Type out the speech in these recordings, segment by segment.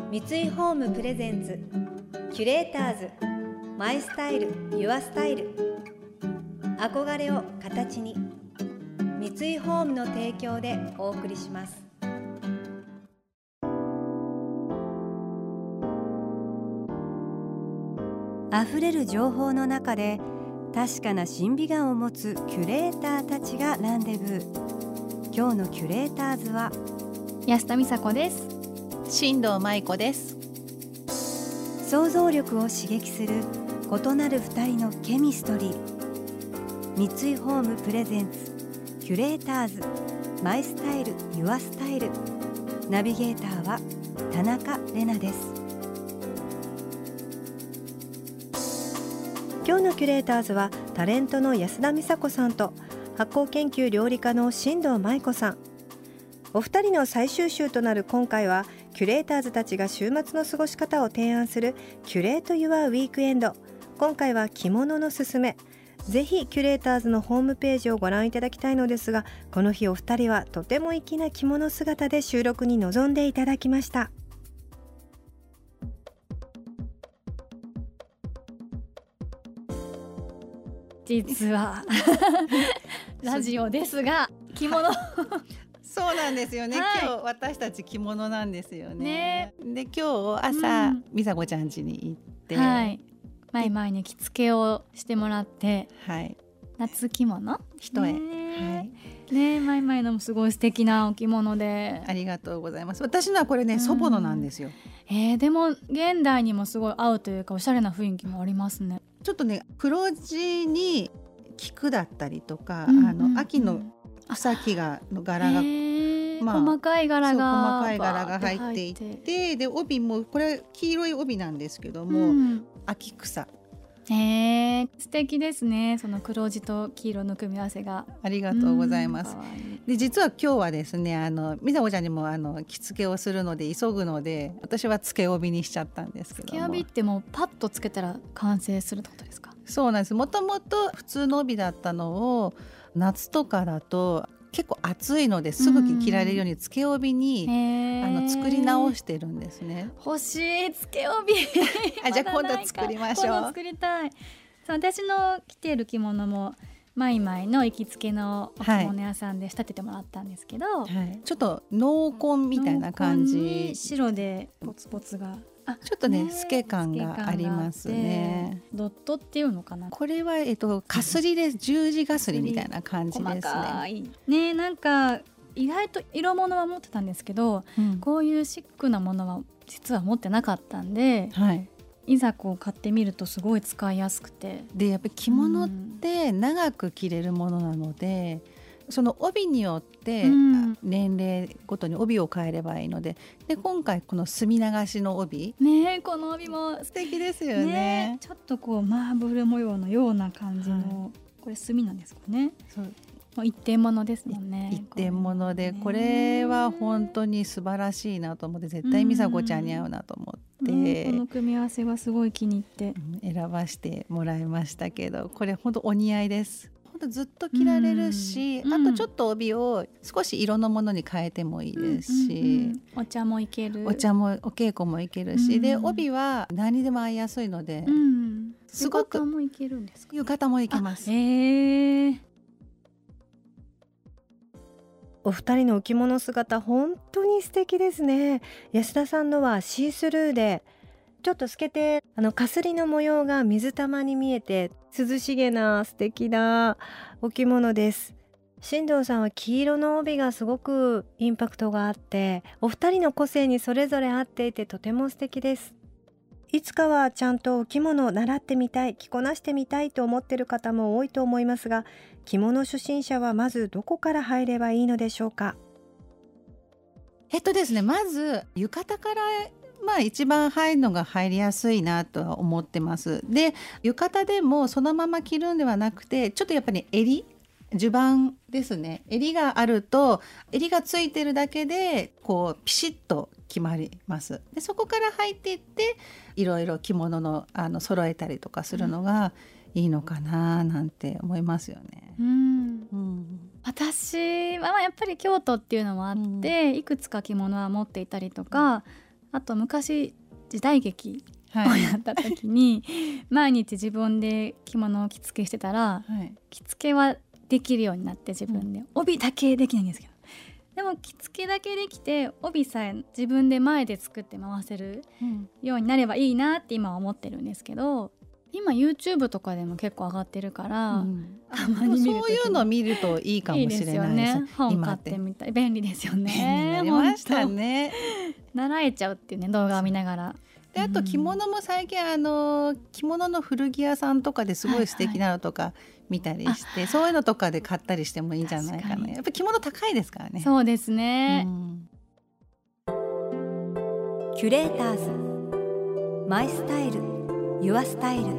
三井ホームプレゼンツキュレーターズマイスタイルユアスタイル、憧れを形に、三井ホームの提供でお送りします。あふれる情報の中で確かな審美眼を持つキュレーターたちがランデブー。今日のキュレーターズは安田美沙子です。 新藤舞子です。 想像力を刺激する異なる二人のケミストリー。三井ホームプレゼンツキュレーターズマイスタイルユアスタイル、ナビゲーターは田中れなです。今日のキュレーターズはタレントの安田美沙子さんと発酵研究料理家の新藤舞子さん。お二人の最終週となる今回は、キュレーターズたちが週末の過ごし方を提案するキュレートユアウィークエンド。今回は着物のすすめ。ぜひキュレーターズのホームページをご覧いただきたいのですが、この日お二人はとても粋な着物姿で収録に臨んでいただきました。 実はラジオですが着物そうなんですよね、はい、今日私たち着物なんですよ ね。で今日朝、美沙子ちゃん家に行って、 はい、前に着付けをしてもらって、 はい、 夏着物一重、 はいね、前のもすごい素敵なお着物でありがとうございます。私のはこれね、祖母のなんですよ。 でも現代にもすごい合うというかおしゃれな雰囲気もありますね。 ちょっとね、黒地に菊だったりとか、秋の草木の柄が、 細かい柄が入っていて、で帯もこれ黄色い帯なんですけども、秋草。 素敵ですね、その黒地と黄色の組み合わせが。 ありがとうございます。で実は今日はですね、美沙子ちゃんにも着付けをするので急ぐので、私はつけ帯にしちゃったんですけども。 つけ帯ってもうパッとつけたら完成するってことですか？ そうなんです。もともと普通の帯だったのを夏とかだと結構暑いのですぐ着られるようにつけ帯に作り直してるんですね。 欲しいつけ帯じゃあ今度作りましょう。 今度作りたい。私の着ている着物もマイの行きつけのお着物屋さんで仕立ててもらったんですけど、 ちょっと濃紺みたいな感じ、 白でポツポツがちょっとね透け感がありますね。 ドットっていうのかな、 これはかすりで十字がすりみたいな感じですね。 細かいね。なんか意外と色物は持ってたんですけど、こういうシックなものは実は持ってなかったんで、いざこう買ってみるとすごい使いやすくて、 でやっぱり着物って長く着れるものなので、その帯によって年齢ごとに帯を変えればいいので、今回この墨流しの帯ね、この帯も素敵ですよ ね。 ちょっとこうマーブル模様のような感じの、これ墨なんですかね。そう、一点物ですもんね。 一点物で、これは本当に素晴らしいなと思って、絶対美沙子ちゃんに合うなと思って、 この組み合わせがすごい気に入って選ばしてもらいましたけど、これ本当お似合いです。ずっと着られるし、あとちょっと帯を少し色のものに変えてもいいですし、 お茶もいける、 お稽古もいけるし、で帯は何にでも合いやすいので、すごく浴衣もいけるんですか？ 浴衣もいけます。 お二人のお着物姿本当に素敵ですね。安田さんのはシースルーでちょっと透けて、かすりの模様が水玉に見えて涼しげな素敵なお着物です。新藤さんは黄色の帯がすごくインパクトがあって、お二人の個性にそれぞれ合っていてとても素敵です。いつかはちゃんとお着物を習ってみたい、着こなしてみたいと思っている方も多いと思いますが、着物初心者はまずどこから入ればいいのでしょうか？ ですね、まず浴衣から一番入るのが入りやすいなとは思ってます。で浴衣でもそのまま着るんではなくて、ちょっとやっぱり襦袢ですね、襟があると、襟がついてるだけでこうピシッと決まります。でそこから入っていっていろいろ着物の揃えたりとかするのがいいのかななんて思いますよね。 私はやっぱり京都っていうのもあって、いくつか着物は持っていたりとか、 あと昔時代劇をやった時に、毎日自分で着物を着付けしてたら、着付けはできるようになって自分で、帯だけできないんですけど、でも着付けだけできて帯さえ自分で前で作って回せるようになればいいなって今は思ってるんですけど、今 YouTube とかでも結構上がってるから、たまに見るそういうの見るといいかもしれないですね。本買ってみたい。便利ですよね。 便利になりましたね。 習えちゃうっていうね、動画を見ながら。 であと着物も最近着物の古着屋さんとかですごい素敵なのとか見たりして、そういうのとかで買ったりしてもいいんじゃないかな。やっぱり着物高いですからね。 そうですね、 キュレーターズマイスタイルユアスタイル。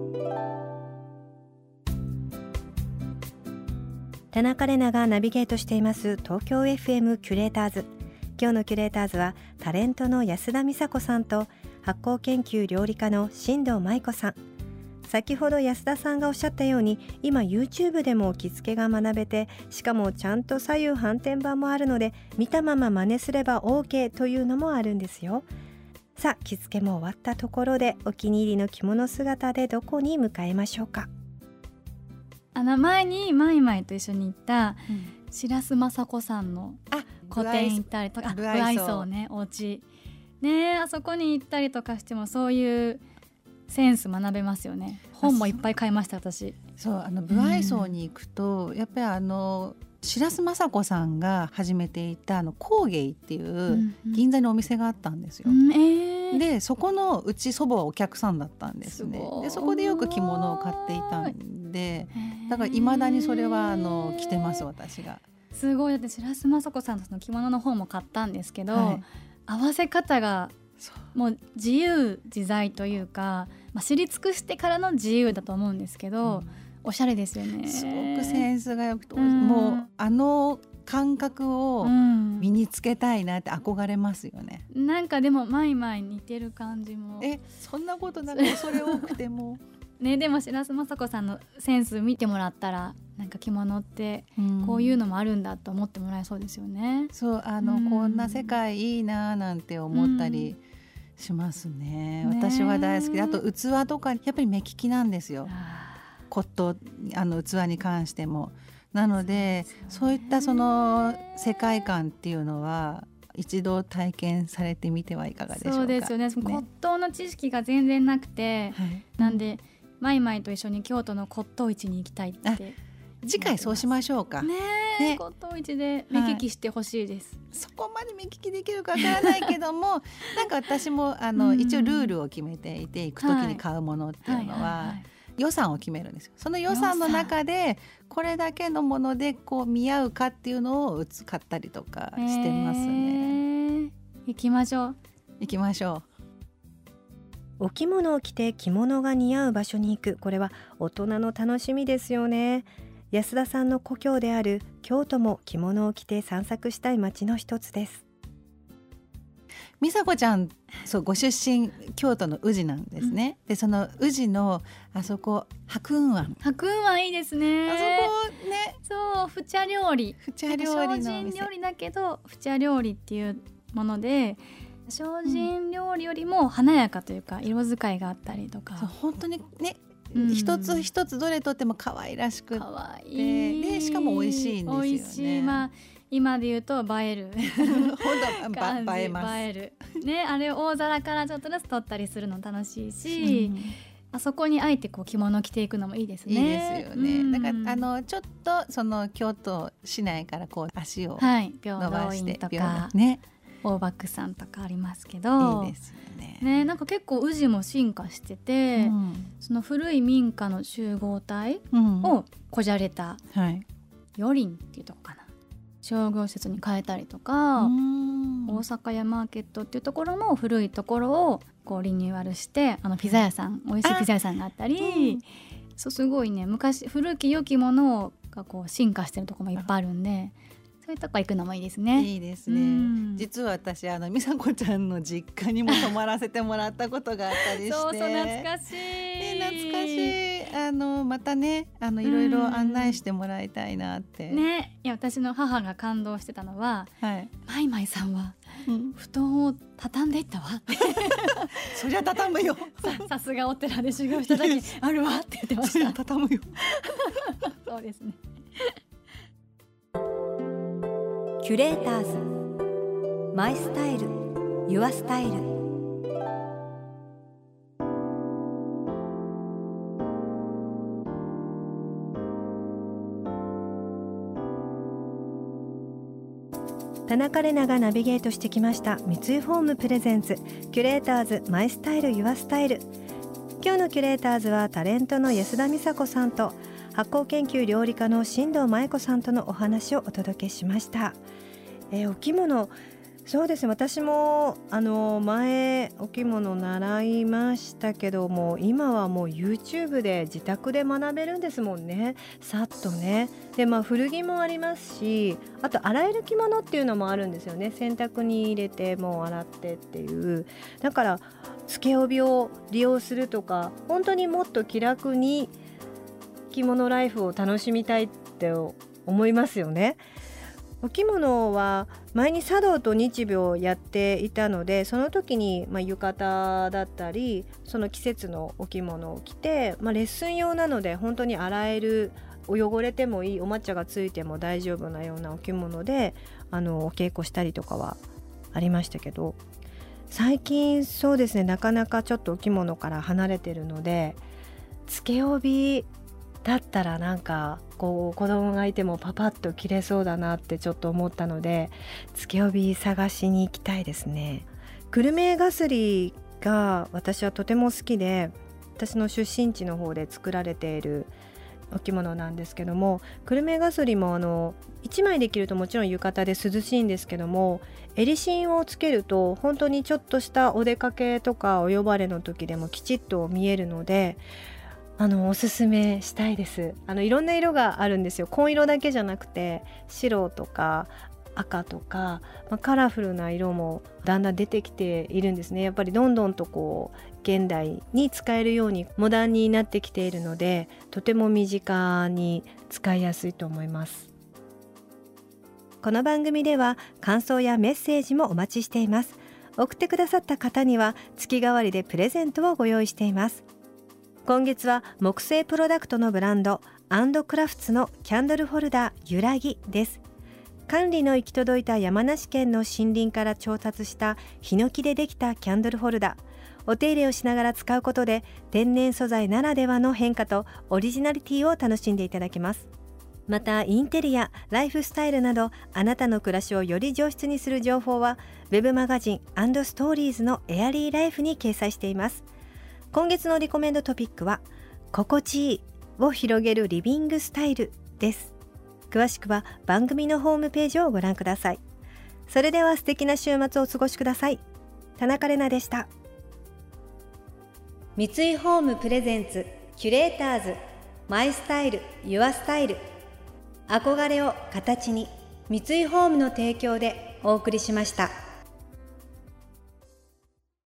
田中玲奈がナビゲートしています東京 FM キュレーターズ。今日のキュレーターズはタレントの安田美沙子さんと発酵研究料理家の新藤舞子さん。先ほど安田さんがおっしゃったように、今 YouTube でも着付けが学べて、しかもちゃんと左右反転版もあるので、見たまま真似すれば OK というのもあるんですよ。さあ、着付けも終わったところで、お気に入りの着物姿でどこに向かいましょうか。 前にマイマイと一緒に行った白洲雅子さんの個展行ったりとか、不愛想ね、お家ね、あそこに行ったりとかしてもそういうセンス学べますよね。本もいっぱい買いました私。 そう不愛想に行くと、やっぱり白洲雅子さんが始めていた工芸っていう銀座にお店があったんですよ、でそこのうち祖母はお客さんだったんですね。でそこでよく着物を買っていたんで、だから未だにそれは着てます私が。 すごい。だって白洲雅子さんのその着物の本も買ったんですけど、合わせ方がもう自由自在というか、知り尽くしてからの自由だと思うんですけど、おしゃれですよね。 すごくセンスがよくて、もう感覚を身につけたいなって憧れますよね、 なんかでもマイマイ似てる感じも。 そんなことなくて、それ多くてもね、でも白洲雅子さんのセンス見てもらったら、なんか着物ってこういうのもあるんだと思ってもらえそうですよね。 そうこんな世界いいななんて思ったりしますね、私は大好きで、あと器とかやっぱり目利きなんですよ、骨董器に関しても。なのでそういったその世界観っていうのは一度体験されてみてはいかがでしょうか。 そうですよね。骨董の知識が全然なくて、なんでマイマイと一緒に京都の骨董市に行きたいって次回そうしましょうかね。骨董市で目利きしてほしいです、 そこまで目利きできるかわからないけどもなんか私も一応ルールを決めていて、行く時に買うものっていうのは予算を決めるんですよ。その予算の中でこれだけのもので見合うかっていうのを買ったりとかしてますね。 行きましょう。 行きましょう。お着物を着て着物が似合う場所に行く、これは大人の楽しみですよね。安田さんの故郷である京都も着物を着て散策したい街の一つです。 美佐子ちゃん、ご出身京都の宇治なんですね、でその宇治のあそこ白雲湾いいですね。 あそこね、 そう不茶料理の精進料理だけど不茶料理っていうもので、精進料理よりも華やかというか、色使いがあったりとか、 本当にね、一つ一つどれとっても可愛らしくて、 可愛いでしかも美味しいんですよね。 美味しい、今で言うと映える本当映えます。 映えるね、あれ大皿からちょっとずつ取ったりするの楽しいし、あそこにあえて着物を着ていくのもいいですね。 いいですよね、だからちょっとその京都市内から足を伸ばして、 平等院とかね、 大漠山とかありますけど、 いいですよね。 なんか結構宇治も進化してて、その古い民家の集合体をこじゃれた余林っていうとこかな、商業施設に変えたりとか、大阪屋マーケットっていうところも古いところをリニューアルして、ピザ屋さん、美味しいピザ屋さんがあったり、そうすごいね、昔古き良きものが進化してるところもいっぱいあるんで、 そういうとこ行くのもいいですね。 いいですね。実は私美佐子ちゃんの実家にも泊まらせてもらったことがあったりしてそう懐かしい、 懐かしい。またねいろいろ案内してもらいたいなってね。いや私の母が感動してたのは、マイマイさんは布団を畳んでいったわそりゃ畳むよさすがお寺で修行した時あるわって言ってました。 そりゃ畳むよそうですね。 キュレーターズマイスタイルユアスタイル。田中れながナビゲートしてきました三井ホームプレゼンツキュレーターズマイスタイルユアスタイル。今日のキュレーターズはタレントの安田美沙子さんと発酵研究料理家の新藤舞子さんとのお話をお届けしました。お着物、そうですね、私も前お着物習いましたけども、今はもう YouTube で自宅で学べるんですもんね、さっとね。で古着もありますし、あと洗える着物っていうのもあるんですよね。洗濯に入れてもう洗ってっていう。だからつけ帯を利用するとか、本当にもっと気楽に着物ライフを楽しみたいって思いますよね。お着物は前に茶道と日舞をやっていたので、その時に浴衣だったりその季節のお着物を着て、レッスン用なので本当に洗える、汚れてもいい、お抹茶がついても大丈夫なようなお着物でお稽古したりとかはありましたけど、最近そうですね、なかなかちょっとお着物から離れてるので、つけ帯だったらなんか子供がいてもパパッと着れそうだなってちょっと思ったので、つけ帯探しに行きたいですね。久留米がすりが私はとても好きで、私の出身地の方で作られているお着物なんですけども、久留米がすりも1枚で着るともちろん浴衣で涼しいんですけども、襟芯をつけると本当にちょっとしたお出かけとかお呼ばれの時でもきちっと見えるので、おすすめしたいです。いろんな色があるんですよ。紺色だけじゃなくて白とか赤とか、カラフルな色もだんだん出てきているんですね。やっぱりどんどんと現代に使えるようにモダンになってきているので、とても身近に使いやすいと思います。この番組では感想やメッセージもお待ちしています。送ってくださった方には月替わりでプレゼントをご用意しています。今月は木製プロダクトのブランド&クラフツのキャンドルホルダーゆらぎです。管理の行き届いた山梨県の森林から調達したヒノキでできたキャンドルホルダー、お手入れをしながら使うことで天然素材ならではの変化とオリジナリティを楽しんでいただけます。またインテリア、ライフスタイルなどあなたの暮らしをより上質にする情報はウェブマガジン&ストーリーズのエアリーライフに掲載しています。今月のリコメンドトピックは心地いいを広げるリビングスタイルです。詳しくは番組のホームページをご覧ください。それでは素敵な週末をお過ごしください。田中れなでした。三井ホームプレゼンツキュレーターズマイスタイルユアスタイル。憧れを形に、三井ホームの提供でお送りしました。